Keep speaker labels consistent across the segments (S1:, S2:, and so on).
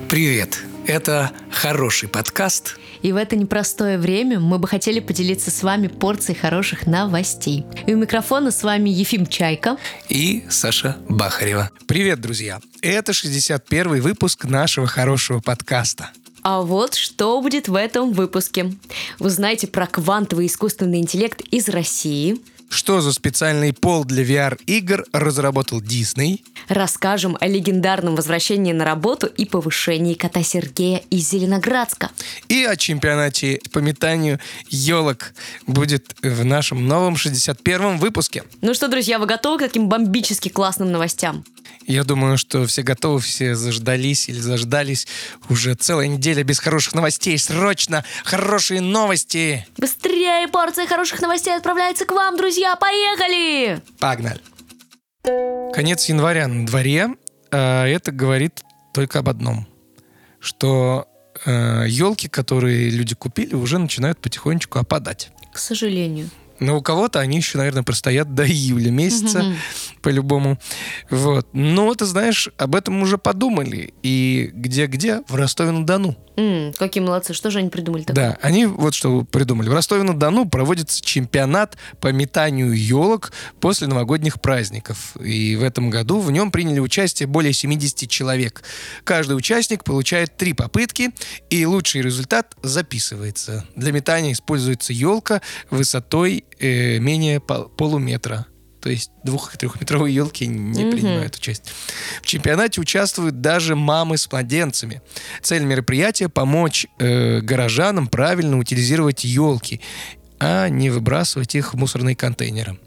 S1: Привет! Это хороший подкаст.
S2: И в это непростое время мы бы хотели поделиться с вами порцией хороших новостей. И у микрофона с вами Ефим Чайка
S1: и Саша Бахарева. Привет, друзья! Это 61-й выпуск нашего хорошего подкаста.
S2: А вот что будет в этом выпуске. Узнаете про квантовый искусственный интеллект из России.
S1: Что за специальный пол для VR-игр разработал Disney?
S2: Расскажем о легендарном возвращении на работу и повышении кота Сергея из Зеленоградска.
S1: И о чемпионате по метанию елок будет в нашем новом 61-м выпуске.
S2: Ну что, друзья, вы готовы к таким бомбически классным новостям?
S1: Я думаю, что все готовы, все заждались или заждались. Уже целая неделя без хороших новостей. Срочно хорошие новости!
S2: Быстрее, порция хороших новостей отправляется к вам, друзья! Поехали!
S1: Погнали! Конец января на дворе. Это говорит только об одном. Что елки, которые люди купили, уже начинают потихонечку опадать.
S2: К сожалению.
S1: Но у кого-то они еще, наверное, простоят до июля месяца, по-любому. Вот. Но, ты знаешь, об этом уже подумали. И где-где? В Ростове-на-Дону.
S2: Какие молодцы. Что же они придумали такое?
S1: Да, они вот что придумали. В Ростове-на-Дону проводится чемпионат по метанию елок после новогодних праздников. И в этом году в нем приняли участие более 70 человек. Каждый участник получает 3 попытки, и лучший результат записывается. Для метания используется елка высотой менее полуметра. То есть 2- и 3-метровые елки не принимают участие. В чемпионате участвуют даже мамы с младенцами. Цель мероприятия – помочь горожанам правильно утилизировать елки, а не выбрасывать их в мусорные контейнеры.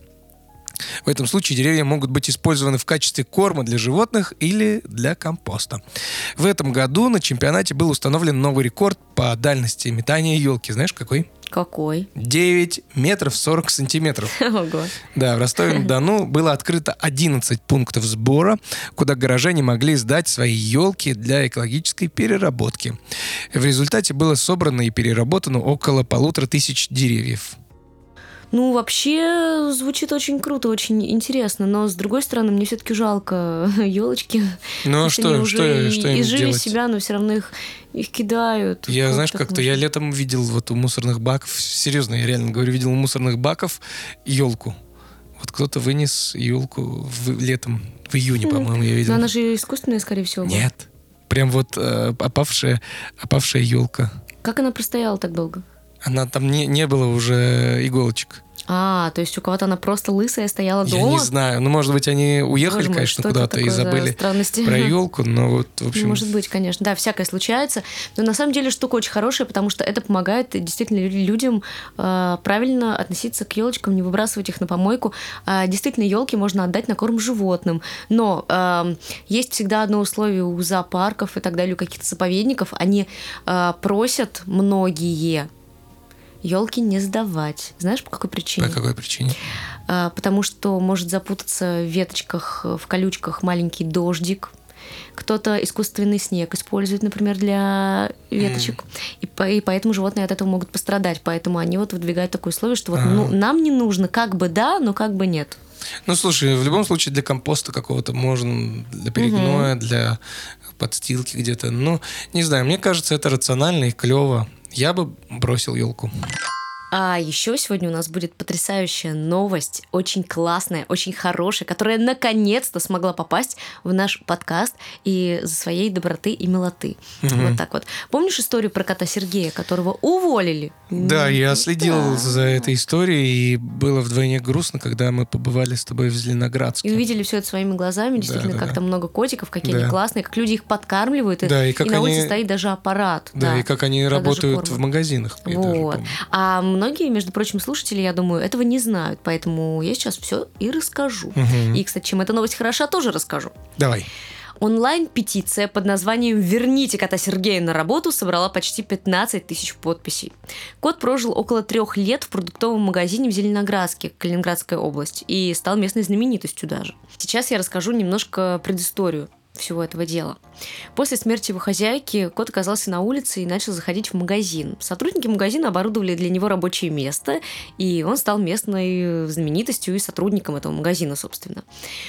S1: В этом случае деревья могут быть использованы в качестве корма для животных или для компоста. В этом году на чемпионате был установлен новый рекорд по дальности метания елки. Знаешь, какой?
S2: Какой?
S1: 9 метров 40 сантиметров.
S2: Ого.
S1: Да, в Ростове-на-Дону было открыто 11 пунктов сбора, куда горожане могли сдать свои елки для экологической переработки. В результате было собрано и переработано около 1500 деревьев.
S2: Ну, вообще, звучит очень круто, очень интересно, но, с другой стороны, мне все-таки жалко елочки.
S1: Ну, а что им
S2: изжили
S1: делать?
S2: себя, но все равно их кидают.
S1: Я, знаешь, как-то я летом видел вот у мусорных баков, серьезно, я реально говорю, видел у мусорных баков елку. Вот кто-то вынес елку летом, в июне, по-моему, я видел.
S2: Но она же искусственная, скорее всего, была.
S1: Нет, прям вот опавшая елка.
S2: Как она простояла так долго?
S1: Она там не было уже иголочек.
S2: То есть у кого-то она просто лысая стояла дома?
S1: Я не знаю. Ну, может быть, они уехали,
S2: Боже мой,
S1: конечно, куда-то и забыли про елку, но вот, в общем...
S2: Может быть, конечно. Да, всякое случается. Но на самом деле штука очень хорошая, потому что это помогает действительно людям правильно относиться к елочкам, не выбрасывать их на помойку. Действительно, елки можно отдать на корм животным. Но есть всегда одно условие у зоопарков и так далее, у каких-то заповедников. Они просят многие елки не сдавать. Знаешь, по какой причине?
S1: По какой причине?
S2: Потому что может запутаться в веточках, в колючках маленький дождик. Кто-то искусственный снег использует, например, для веточек. И поэтому животные от этого могут пострадать. Поэтому они вот выдвигают такое условие, что вот, нам не нужно как бы да, но как бы нет.
S1: Ну, слушай, в любом случае для компоста какого-то можно, для перегноя, для подстилки где-то. Ну, не знаю, мне кажется, это рационально и клево. Я бы бросил елку.
S2: А еще сегодня у нас будет потрясающая новость, очень классная, очень хорошая, которая наконец-то смогла попасть в наш подкаст и за своей доброты и милоты. Вот так вот. Помнишь историю про кота Сергея, которого уволили?
S1: Да, я следил за этой историей, и было вдвойне грустно, когда мы побывали с тобой в Зеленоградске.
S2: И увидели все это своими глазами, действительно, как там много котиков, какие они классные, как люди их подкармливают,
S1: да, и
S2: на улице стоит даже аппарат.
S1: Да, и как они работают в магазинах.
S2: Вот. А многие, между прочим, слушатели, я думаю, этого не знают, поэтому я сейчас все и расскажу. И, кстати, чем эта новость хороша, тоже расскажу.
S1: Давай.
S2: Онлайн-петиция под названием «Верните кота Сергея на работу» собрала почти 15 тысяч подписей. Кот прожил около 3 лет в продуктовом магазине в Зеленоградске, Калининградская область, и стал местной знаменитостью даже. Сейчас я расскажу немножко предысторию всего этого дела. После смерти его хозяйки кот оказался на улице и начал заходить в магазин. Сотрудники магазина оборудовали для него рабочее место, и он стал местной знаменитостью и сотрудником этого магазина, собственно.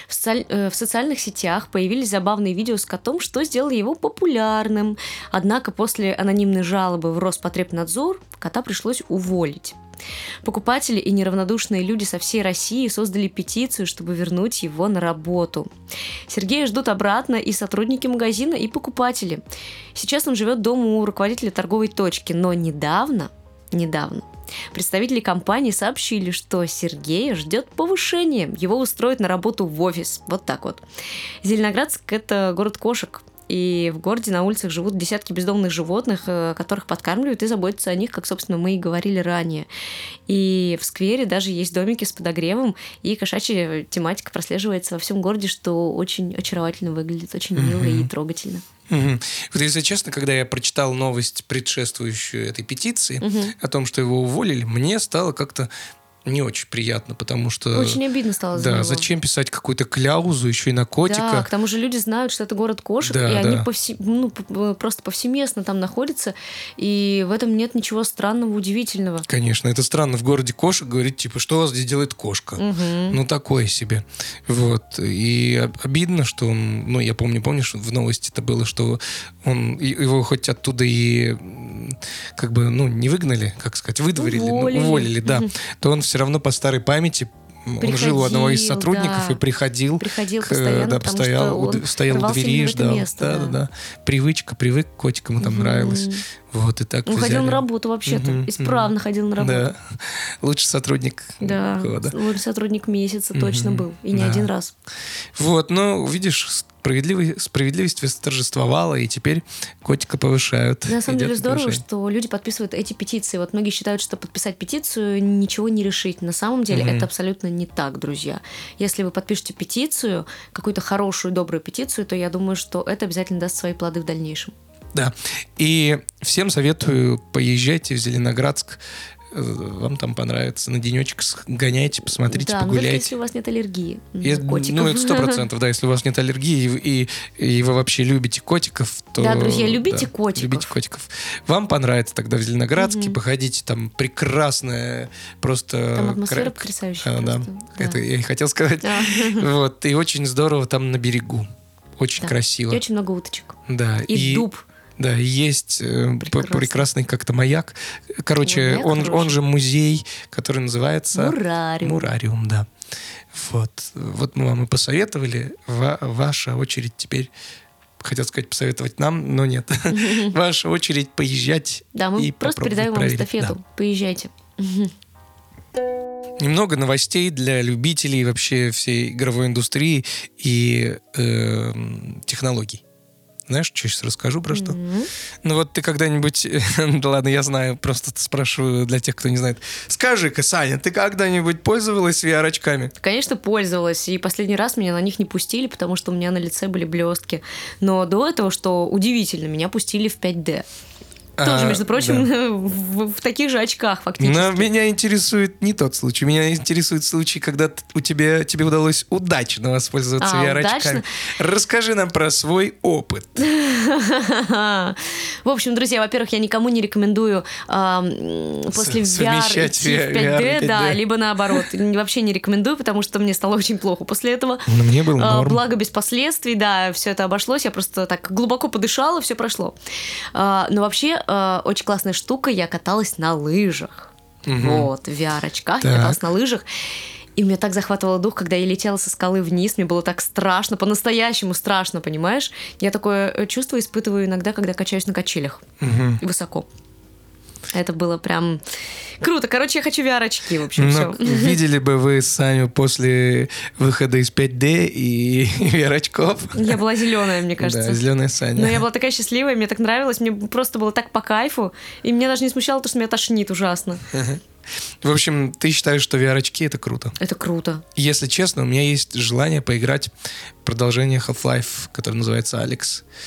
S2: В социальных сетях появились забавные видео с котом, что сделало его популярным. Однако после анонимной жалобы в Роспотребнадзор кота пришлось уволить. Покупатели и неравнодушные люди со всей России создали петицию, чтобы вернуть его на работу. Сергея ждут обратно и сотрудники магазина, и покупатели. Сейчас он живет дома у руководителя торговой точки, но недавно представители компании сообщили, что Сергея ждет повышение. Его устроят на работу в офис. Вот так вот. Зеленоградск – это город кошек. И в городе на улицах живут десятки бездомных животных, которых подкармливают и заботятся о них, как, собственно, мы и говорили ранее. И в сквере даже есть домики с подогревом, и кошачья тематика прослеживается во всем городе, что очень очаровательно выглядит, очень мило и трогательно.
S1: Вот если честно, когда я прочитал новость, предшествующую этой петиции, о том, что его уволили, мне стало как-то не очень приятно, потому что...
S2: Очень обидно стало за него.
S1: Да, зачем писать какую-то кляузу еще и на котика?
S2: Да, к тому же люди знают, что это город кошек,
S1: да,
S2: и они просто повсеместно там находятся, и в этом нет ничего странного, удивительного.
S1: Конечно, это странно в городе кошек говорить, типа, что у вас здесь делает кошка? Ну, такое себе. Вот. И обидно, что он... Ну, я помнишь, в новости это было, что его хоть оттуда и как бы, не выгнали, как сказать, выдворили, уволили, да, то он все равно по старой памяти, он жил у одного из сотрудников и приходил постоянно, стоял у двери и ждал. Да. Привычка, привык к котикам, ему там нравилось. Вот, и так
S2: он ходил на работу вообще-то, исправно ходил на работу.
S1: Да, лучший сотрудник года.
S2: Лучший сотрудник месяца точно был, и не один раз.
S1: Вот, видишь, справедливость восторжествовала, и теперь котика повышают.
S2: На самом деле здорово, что люди подписывают эти петиции. Вот многие считают, что подписать петицию ничего не решить. На самом деле это абсолютно не так, друзья. Если вы подпишете петицию, какую-то хорошую, добрую петицию, то я думаю, что это обязательно даст свои плоды в дальнейшем.
S1: Да, и всем советую, поезжайте в Зеленоградск, вам там понравится, на денечек сгоняйте, посмотрите, погуляйте. Да,
S2: если у вас нет аллергии на котиков.
S1: Ну, это 100%, да, если у вас нет аллергии и вы вообще любите котиков, то...
S2: Да, друзья, любите котиков.
S1: Любите котиков. Вам понравится тогда в Зеленоградске, походите, там прекрасная просто...
S2: Там атмосфера потрясающая.
S1: Да, это я и хотел сказать. Вот, и очень здорово там на берегу. Очень красиво.
S2: И очень много уточек.
S1: Да.
S2: И дуб.
S1: Да, есть прекрасный как-то маяк. Короче, он же музей, который называется... Мурариум, да. Вот мы вам и посоветовали. Ваша очередь теперь... Хотел сказать, посоветовать нам, но нет. Ваша очередь поезжать.
S2: Да, мы просто передаем вам эстафету. Да. Поезжайте.
S1: Немного новостей для любителей вообще всей игровой индустрии и технологий. Знаешь, что сейчас расскажу про что? Ну вот ты когда-нибудь... Да ладно, я знаю, просто спрашиваю для тех, кто не знает. Скажи-ка, Саня, ты когда-нибудь пользовалась VR-очками?
S2: Конечно, пользовалась. И последний раз меня на них не пустили, потому что у меня на лице были блестки. Но до этого, что удивительно, меня пустили в 5D. Тоже, между прочим, да. в таких же очках фактически.
S1: Но меня интересует не тот случай. Меня интересует случай, когда тебе удалось удачно воспользоваться VR-очками. Расскажи нам про свой опыт.
S2: В общем, друзья, во-первых, я никому не рекомендую после VR идти в 5D, да, либо наоборот. Вообще не рекомендую, потому что мне стало очень плохо после этого.
S1: Но мне было норм.
S2: Благо без последствий, да, все это обошлось. Я просто так глубоко подышала, все прошло. Но вообще очень классная штука, я каталась на лыжах. Вот, в VR-очках я каталась на лыжах. И меня так захватывало дух, когда я летела со скалы вниз, мне было так страшно, по-настоящему страшно, понимаешь? Я такое чувство испытываю иногда, когда качаюсь на качелях высоко. Это было прям круто. Короче, я хочу VR-очки, в общем, все.
S1: Видели бы вы Саню после выхода из 5D и VR-очков?
S2: Я была зеленая, мне кажется.
S1: Да, зеленая Саня.
S2: Но я была такая счастливая, мне так нравилось, мне просто было так по кайфу, и меня даже не смущало то, что меня тошнит ужасно.
S1: В общем, ты считаешь, что VR-очки — это круто?
S2: Это круто.
S1: Если честно, у меня есть желание поиграть в продолжение Half-Life, которое называется Алекс.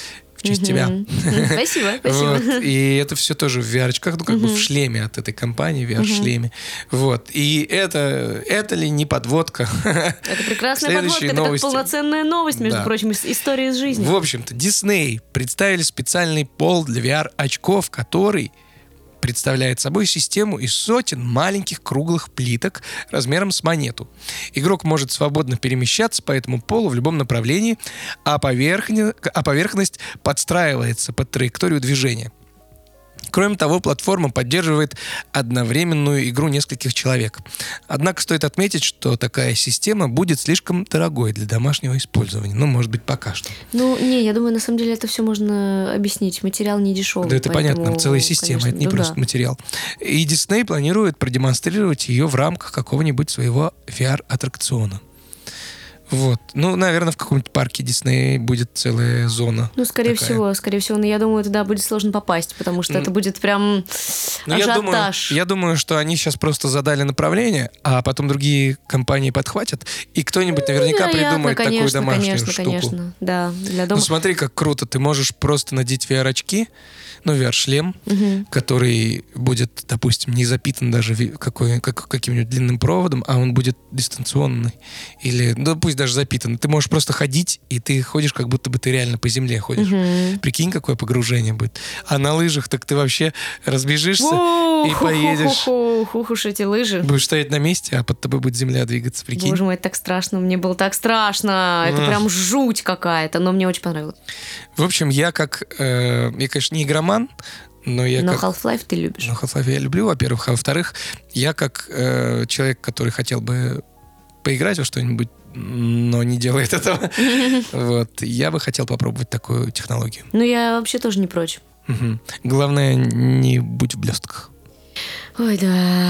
S1: в честь тебя.
S2: Спасибо.
S1: И это все тоже в VR-очках, ну, как бы в шлеме от этой компании, VR-шлеме. Вот. И это ли не подводка?
S2: Это прекрасная подводка, это как полноценная новость, между прочим, история из жизни.
S1: В общем-то, Disney представили специальный пол для VR-очков, который представляет собой систему из сотен маленьких круглых плиток размером с монету. Игрок может свободно перемещаться по этому полу в любом направлении, а поверхность подстраивается под траекторию движения. Кроме того, платформа поддерживает одновременную игру нескольких человек. Однако стоит отметить, что такая система будет слишком дорогой для домашнего использования. Ну, может быть, пока что.
S2: Ну, не, я думаю, на самом деле это все можно объяснить. Материал не дешевый.
S1: Да, это понятно, там целая система, конечно, это не просто материал. И Disney планирует продемонстрировать ее в рамках какого-нибудь своего VR-аттракциона. Вот. Ну, наверное, в каком-нибудь парке Дисней будет целая зона.
S2: Ну, скорее всего. Но я думаю, туда будет сложно попасть, потому что это будет прям ажиотаж.
S1: Я думаю, что они сейчас просто задали направление, а потом другие компании подхватят, и кто-нибудь наверняка придумает такую домашнюю штуку.
S2: Конечно, да. Для дома.
S1: Ну, смотри, как круто. Ты можешь просто надеть VR-очки, ну, VR-шлем, который будет, допустим, не запитан даже каким-нибудь длинным проводом, а он будет дистанционный. Или, ну, пусть даже запитан. Ты можешь просто ходить, и ты ходишь, как будто бы ты реально по земле ходишь. Прикинь, какое погружение будет. А на лыжах так ты вообще разбежишься и поедешь.
S2: Ух уж эти лыжи.
S1: Будешь стоять на месте, а под тобой будет земля двигаться, прикинь.
S2: Боже мой, это так страшно. Мне было так страшно. Это прям жуть какая-то, но мне очень понравилось.
S1: В общем, я, конечно, не игроман, но
S2: Half-Life ты любишь.
S1: Но Half-Life я люблю, во-первых. А во-вторых, я как человек, который хотел бы поиграть во что-нибудь, но не делает этого, вот, я бы хотел попробовать такую технологию.
S2: Ну, я вообще тоже не прочь.
S1: Главное, не будь в блестках.
S2: Ой, да.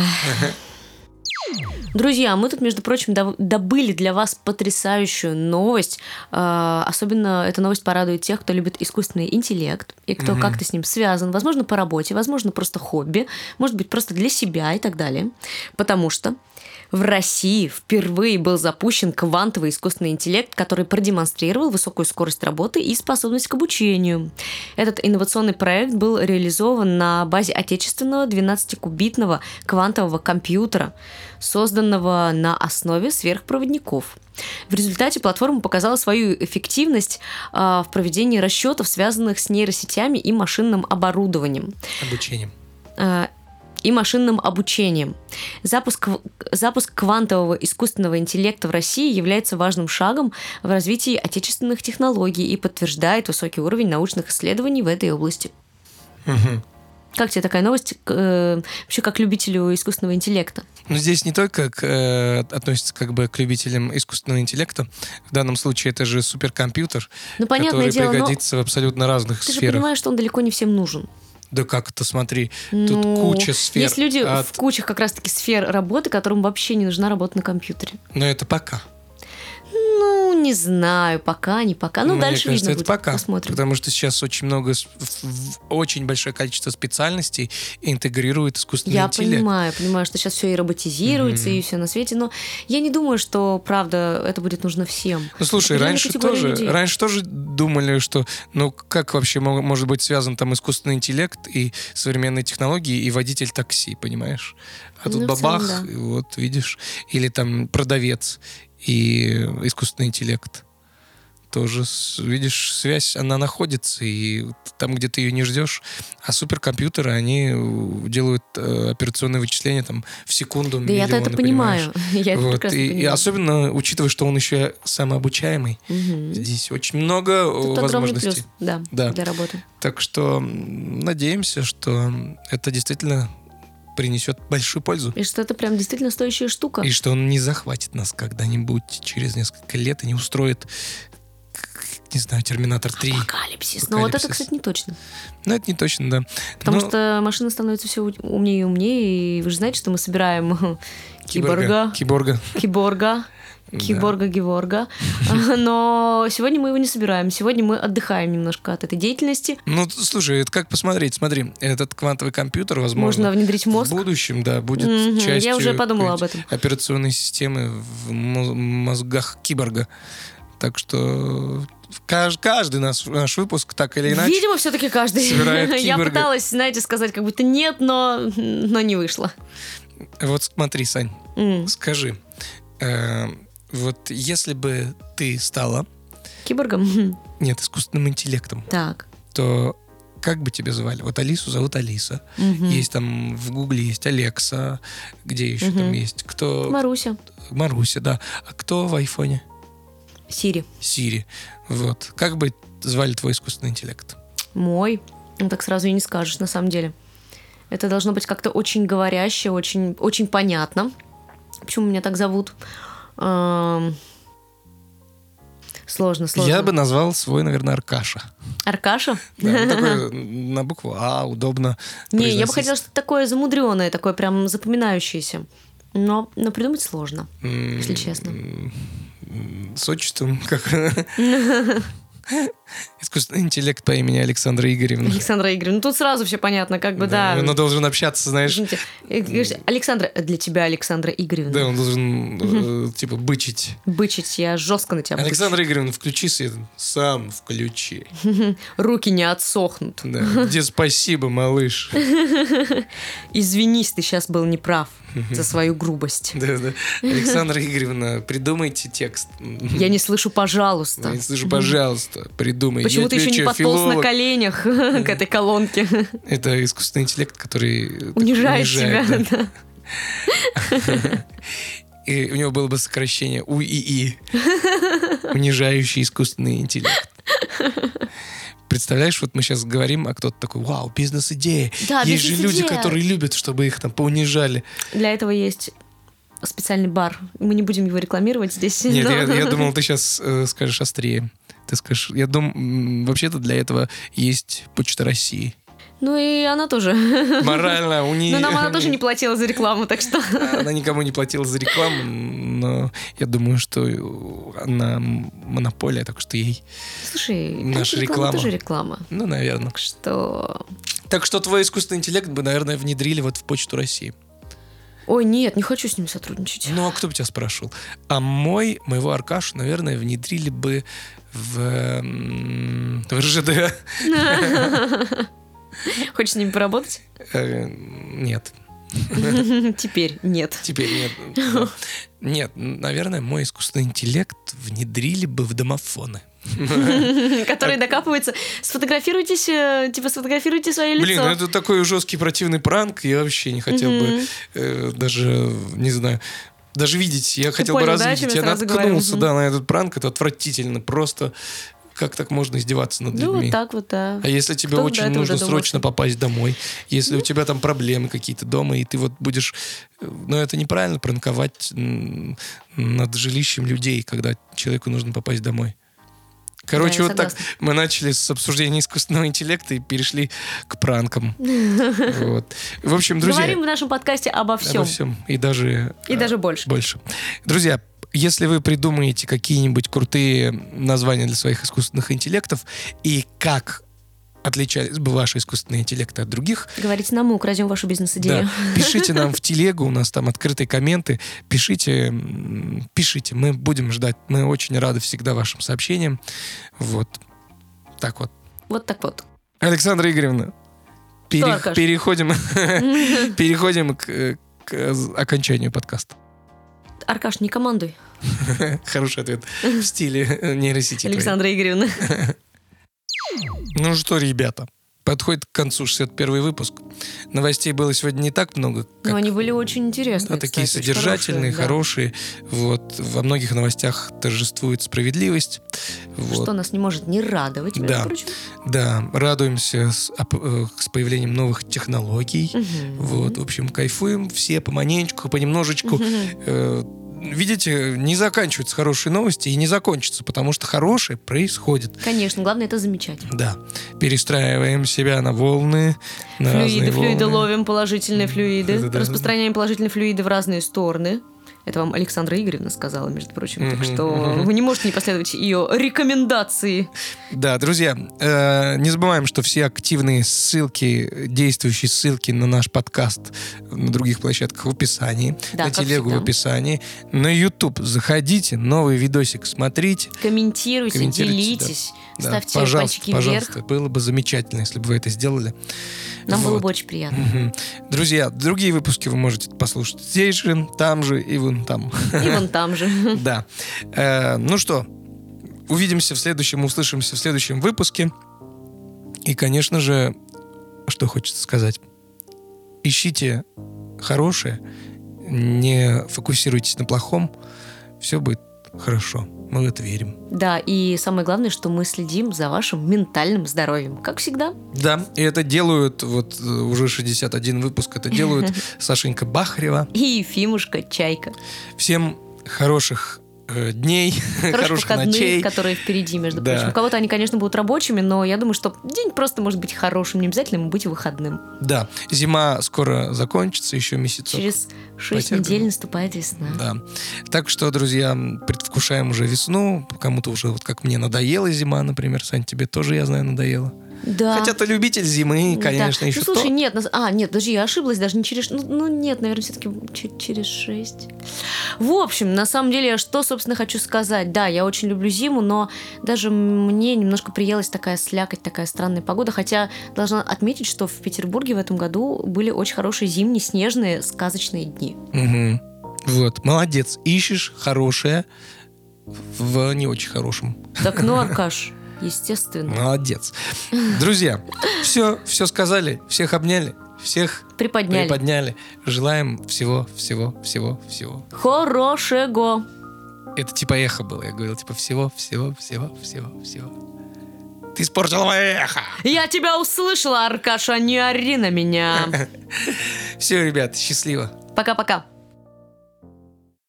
S2: Друзья, мы тут, между прочим, добыли для вас потрясающую новость. Особенно эта новость порадует тех, кто любит искусственный интеллект и кто как-то с ним связан. Возможно, по работе, возможно, просто хобби, может быть, просто для себя и так далее. Потому что в России впервые был запущен квантовый искусственный интеллект, который продемонстрировал высокую скорость работы и способность к обучению. Этот инновационный проект был реализован на базе отечественного 12-кубитного квантового компьютера, созданного на основе сверхпроводников. В результате платформа показала свою эффективность в проведении расчетов, связанных с нейросетями и машинным оборудованием. И машинным обучением. Запуск квантового искусственного интеллекта в России является важным шагом в развитии отечественных технологий и подтверждает высокий уровень научных исследований в этой области. Как тебе такая новость, вообще как любителю искусственного интеллекта?
S1: Ну, здесь не только относится как бы к любителям искусственного интеллекта. В данном случае это же суперкомпьютер, который пригодится в абсолютно разных сферах.
S2: Ты же понимаешь, что он далеко не всем нужен.
S1: Да как это, смотри, тут куча сфер.
S2: Есть люди в кучах как раз-таки сфер работы, которым вообще не нужна работа на компьютере.
S1: Но это пока.
S2: Ну, не знаю, пока, не пока. Ну, дальше
S1: кажется,
S2: видно
S1: это
S2: будет.
S1: пока,
S2: посмотрим.
S1: Потому что сейчас очень много, очень большое количество специальностей интегрирует искусственный интеллект.
S2: Я понимаю, что сейчас все и роботизируется, и все на свете, но я не думаю, что, правда, это будет нужно всем.
S1: Ну, слушай, раньше тоже думали, что, ну, как вообще может быть связан там искусственный интеллект и современные технологии, и водитель такси, понимаешь? А тут бабах, целом, да. И вот, видишь, или там продавец и искусственный интеллект. Тоже, видишь, связь, она находится, и там, где ты ее не ждешь. А суперкомпьютеры, они делают операционные вычисления там в секунду.
S2: Да, я это понимаю. Я это прекрасно понимаю.
S1: И особенно, учитывая, что он еще самообучаемый, здесь очень много возможностей.
S2: Плюс, да, для работы.
S1: Так что надеемся, что это действительно принесет большую пользу.
S2: И что это прям действительно стоящая штука.
S1: И что он не захватит нас когда-нибудь через несколько лет и не устроит, не знаю, Терминатор 3.
S2: Апокалипсис. Но вот это, кстати, не точно.
S1: Ну, это не точно, да.
S2: Потому что машины становятся все умнее и умнее, и вы же знаете, что мы собираем киборга. Киборга-геворга. Но сегодня мы его не собираем. Сегодня мы отдыхаем немножко от этой деятельности.
S1: Ну, слушай, это как посмотреть? Смотри, этот квантовый компьютер, возможно,
S2: можно внедрить мозг.
S1: В будущем, да, будет частью
S2: Я уже подумала об этом.
S1: Операционной системы в мозгах киборга. Так что каждый наш выпуск, так или иначе...
S2: Видимо, все-таки каждый.
S1: собирает
S2: Я
S1: киборга.
S2: пыталась, знаете, сказать как будто нет, но не вышло.
S1: Вот смотри, Сань, скажи, вот если бы ты стала...
S2: Киборгом?
S1: Нет, искусственным интеллектом,
S2: Так.
S1: то как бы тебя звали? Вот Алису зовут Алиса. Есть там в Гугле есть Алекса. Где еще там есть? Кто?
S2: Маруся.
S1: Маруся, да. А кто в айфоне?
S2: Сири.
S1: Сири. Вот. Как бы звали твой искусственный интеллект?
S2: Мой. Ну, так сразу и не скажешь, на самом деле. Это должно быть как-то очень говоряще, очень, очень понятно. Почему меня так зовут? Сложно.
S1: Я бы назвал свой, наверное, Аркаша.
S2: Аркаша?
S1: Да, ну, такой на букву А, удобно.
S2: Не, я бы
S1: произносить.
S2: хотела что-то такое замудренное, такое прям запоминающееся. Но придумать сложно, если честно.
S1: С отчеством, как... Искусственный интеллект по имени Александра Игоревна.
S2: Александра Игоревна, ну тут сразу все понятно, как бы, да.
S1: Он должен общаться, знаешь...
S2: Извините. Александра, для тебя Александра Игоревна.
S1: Да, он должен, типа, бычить.
S2: Бычить, я жестко на тебя бычу.
S1: Александра Игоревна, включи свет. Сам включи.
S2: Руки не отсохнут.
S1: Да. Где спасибо, малыш.
S2: Извинись, ты сейчас был неправ за свою грубость.
S1: Да. Александра Игоревна, придумайте текст.
S2: Я не слышу, пожалуйста.
S1: Я не слышу, пожалуйста, придумай.
S2: Почему ты еще не подполз на коленях к этой колонке?
S1: Это искусственный интеллект, который
S2: унижает тебя.
S1: да. И у него было бы сокращение УИИ. Унижающий искусственный интеллект. Представляешь, вот мы сейчас говорим, а кто-то такой: вау, бизнес-идея.
S2: Да,
S1: есть же люди,
S2: бизнес-идея.
S1: которые любят, чтобы их там поунижали.
S2: Для этого есть специальный бар. Мы не будем его рекламировать здесь.
S1: Нет,
S2: но-
S1: я думал, ты сейчас скажешь острее. Ты скажешь, я думаю, вообще-то для этого есть Почта России.
S2: Ну и она тоже.
S1: Морально у нее...
S2: Но нам она тоже не платила за рекламу, так что...
S1: Она никому не платила за рекламу, но я думаю, что она монополия, так что ей...
S2: Слушай,
S1: Наша
S2: реклама
S1: реклама.
S2: тоже реклама.
S1: Ну, наверное.
S2: Так что...
S1: Так что твой искусственный интеллект бы, наверное, внедрили вот в Почту России.
S2: Ой, нет, не хочу с ним сотрудничать.
S1: Ну, а кто бы тебя спрашивал? А моего Аркашу, наверное, внедрили бы в РЖД.
S2: Хочешь с ним поработать?
S1: Нет.
S2: Теперь нет.
S1: Теперь нет. Нет, наверное, мой искусственный интеллект внедрили бы в домофоны.
S2: Которые докапываются. Сфотографируйтесь, сфотографируйте свое лицо.
S1: Блин, ну это такой жесткий противный пранк. Я вообще не хотел бы даже, не знаю, даже видеть. Я хотел бы
S2: понял, да, о
S1: развидеть.
S2: чем я
S1: Я
S2: сразу
S1: наткнулся,
S2: говорю?
S1: да, на этот пранк. Это отвратительно. Просто как так можно издеваться над
S2: Ну,
S1: людьми?
S2: вот так вот, да.
S1: А если тебе
S2: Кто до
S1: очень
S2: этого
S1: нужно
S2: додумался?
S1: срочно попасть домой, если у тебя там проблемы какие-то дома, и ты вот будешь... Ну, это неправильно пранковать над жилищем людей, когда человеку нужно попасть домой. Короче,
S2: Да, я
S1: вот так
S2: согласна.
S1: мы начали с обсуждения искусственного интеллекта и перешли к пранкам. Вот. В общем, друзья...
S2: Говорим в нашем подкасте обо всем.
S1: Обо всем. И даже...
S2: И даже больше.
S1: Больше. Друзья, если вы придумаете какие-нибудь крутые названия для своих искусственных интеллектов и как отличались бы ваши искусственные интеллекты от других,
S2: Говорите нам, мы украдем вашу бизнес-идею.
S1: да, пишите нам в телегу, у нас там открытые комменты, пишите, мы будем ждать, мы очень рады всегда вашим сообщениям. Вот. Так вот.
S2: Вот так вот.
S1: Александра Игоревна,
S2: Аркаш?
S1: переходим к окончанию подкаста.
S2: Аркаш, не командуй.
S1: Хороший ответ в стиле нейросети. твоей.
S2: Александра Игоревна.
S1: Ну что, ребята, подходит к концу 61-й выпуск. Новостей было сегодня не так много,
S2: Но
S1: как
S2: они были очень интересные,
S1: такие
S2: кстати, очень
S1: содержательные, хорошие. Вот. Во многих новостях торжествует справедливость. Вот.
S2: Что нас не может не радовать, между
S1: Да.
S2: прочим.
S1: Да, радуемся с появлением новых технологий. Вот, в общем, кайфуем все поманечку, понемножечку. Видите, не заканчиваются хорошие новости и не закончатся, потому что хорошее происходит.
S2: Конечно, главное это замечать.
S1: Да, перестраиваем себя на волны, на разные
S2: Флюиды
S1: волны.
S2: ловим, положительные флюиды.
S1: Да-да-да.
S2: Распространяем положительные флюиды в разные стороны. Это вам Александра Игоревна сказала, между прочим. Так что вы не можете не последовать ее рекомендации.
S1: Да, друзья, не забываем, что все активные ссылки, действующие ссылки на наш подкаст на других площадках в описании,
S2: Да,
S1: на
S2: как
S1: телегу
S2: всегда.
S1: в описании, на YouTube заходите, новый видосик смотрите.
S2: Комментируйте,
S1: Комментируйте,
S2: делитесь,
S1: Да,
S2: ставьте
S1: пожалуйста,
S2: пальчики
S1: пожалуйста,
S2: вверх.
S1: было бы замечательно, если бы вы это сделали.
S2: Нам было
S1: Вот.
S2: бы очень приятно.
S1: Мгм. Друзья, другие выпуски вы можете послушать здесь же, там же и вон там.
S2: И вон там же.
S1: Да. Ну что, услышимся в следующем выпуске. И, конечно же, что хочется сказать. Ищите хорошее, не фокусируйтесь на плохом, все будет хорошо. Мы в это верим.
S2: Да, и самое главное, что мы следим за вашим ментальным здоровьем, как всегда.
S1: Да, и это делают, вот уже 61 выпуск, это делают Сашенька Бахарева.
S2: И Ефимушка Чайка.
S1: Всем хороших дней, хороших
S2: выходных,
S1: ночей.
S2: которые впереди, между
S1: Да.
S2: прочим. У кого-то они, конечно, будут рабочими, но я думаю, что день просто может быть хорошим, не обязательно быть выходным.
S1: Да, зима скоро закончится, еще месяцок.
S2: Через 6
S1: Потерпим.
S2: недель наступает весна.
S1: Да. Так что, друзья, предвкушаем уже весну. Кому-то уже, вот как мне, надоела зима, например. Сань, тебе тоже, я знаю, надоело.
S2: Да.
S1: Хотя ты любитель зимы, конечно,
S2: Да.
S1: еще
S2: Ну, слушай,
S1: то.
S2: нет, нет, подожди, я ошиблась, даже не через... нет, наверное, все-таки через 6. В общем, на самом деле, что, собственно, хочу сказать. Да, я очень люблю зиму, но даже мне немножко приелась такая слякоть, такая странная погода, хотя должна отметить, что в Петербурге в этом году были очень хорошие зимние, снежные, сказочные дни.
S1: Мгм. Вот, молодец. Ищешь хорошее в не очень хорошем.
S2: Так, Аркаш, естественно.
S1: Молодец. Друзья, все сказали, всех обняли, всех
S2: Приподняли.
S1: Желаем всего.
S2: Хорошего.
S1: Это типа эхо было. Я говорил, типа всего. Ты испортила мое эхо.
S2: Я тебя услышала, Аркаша, не ори на меня.
S1: Все, ребят, счастливо.
S2: Пока-пока.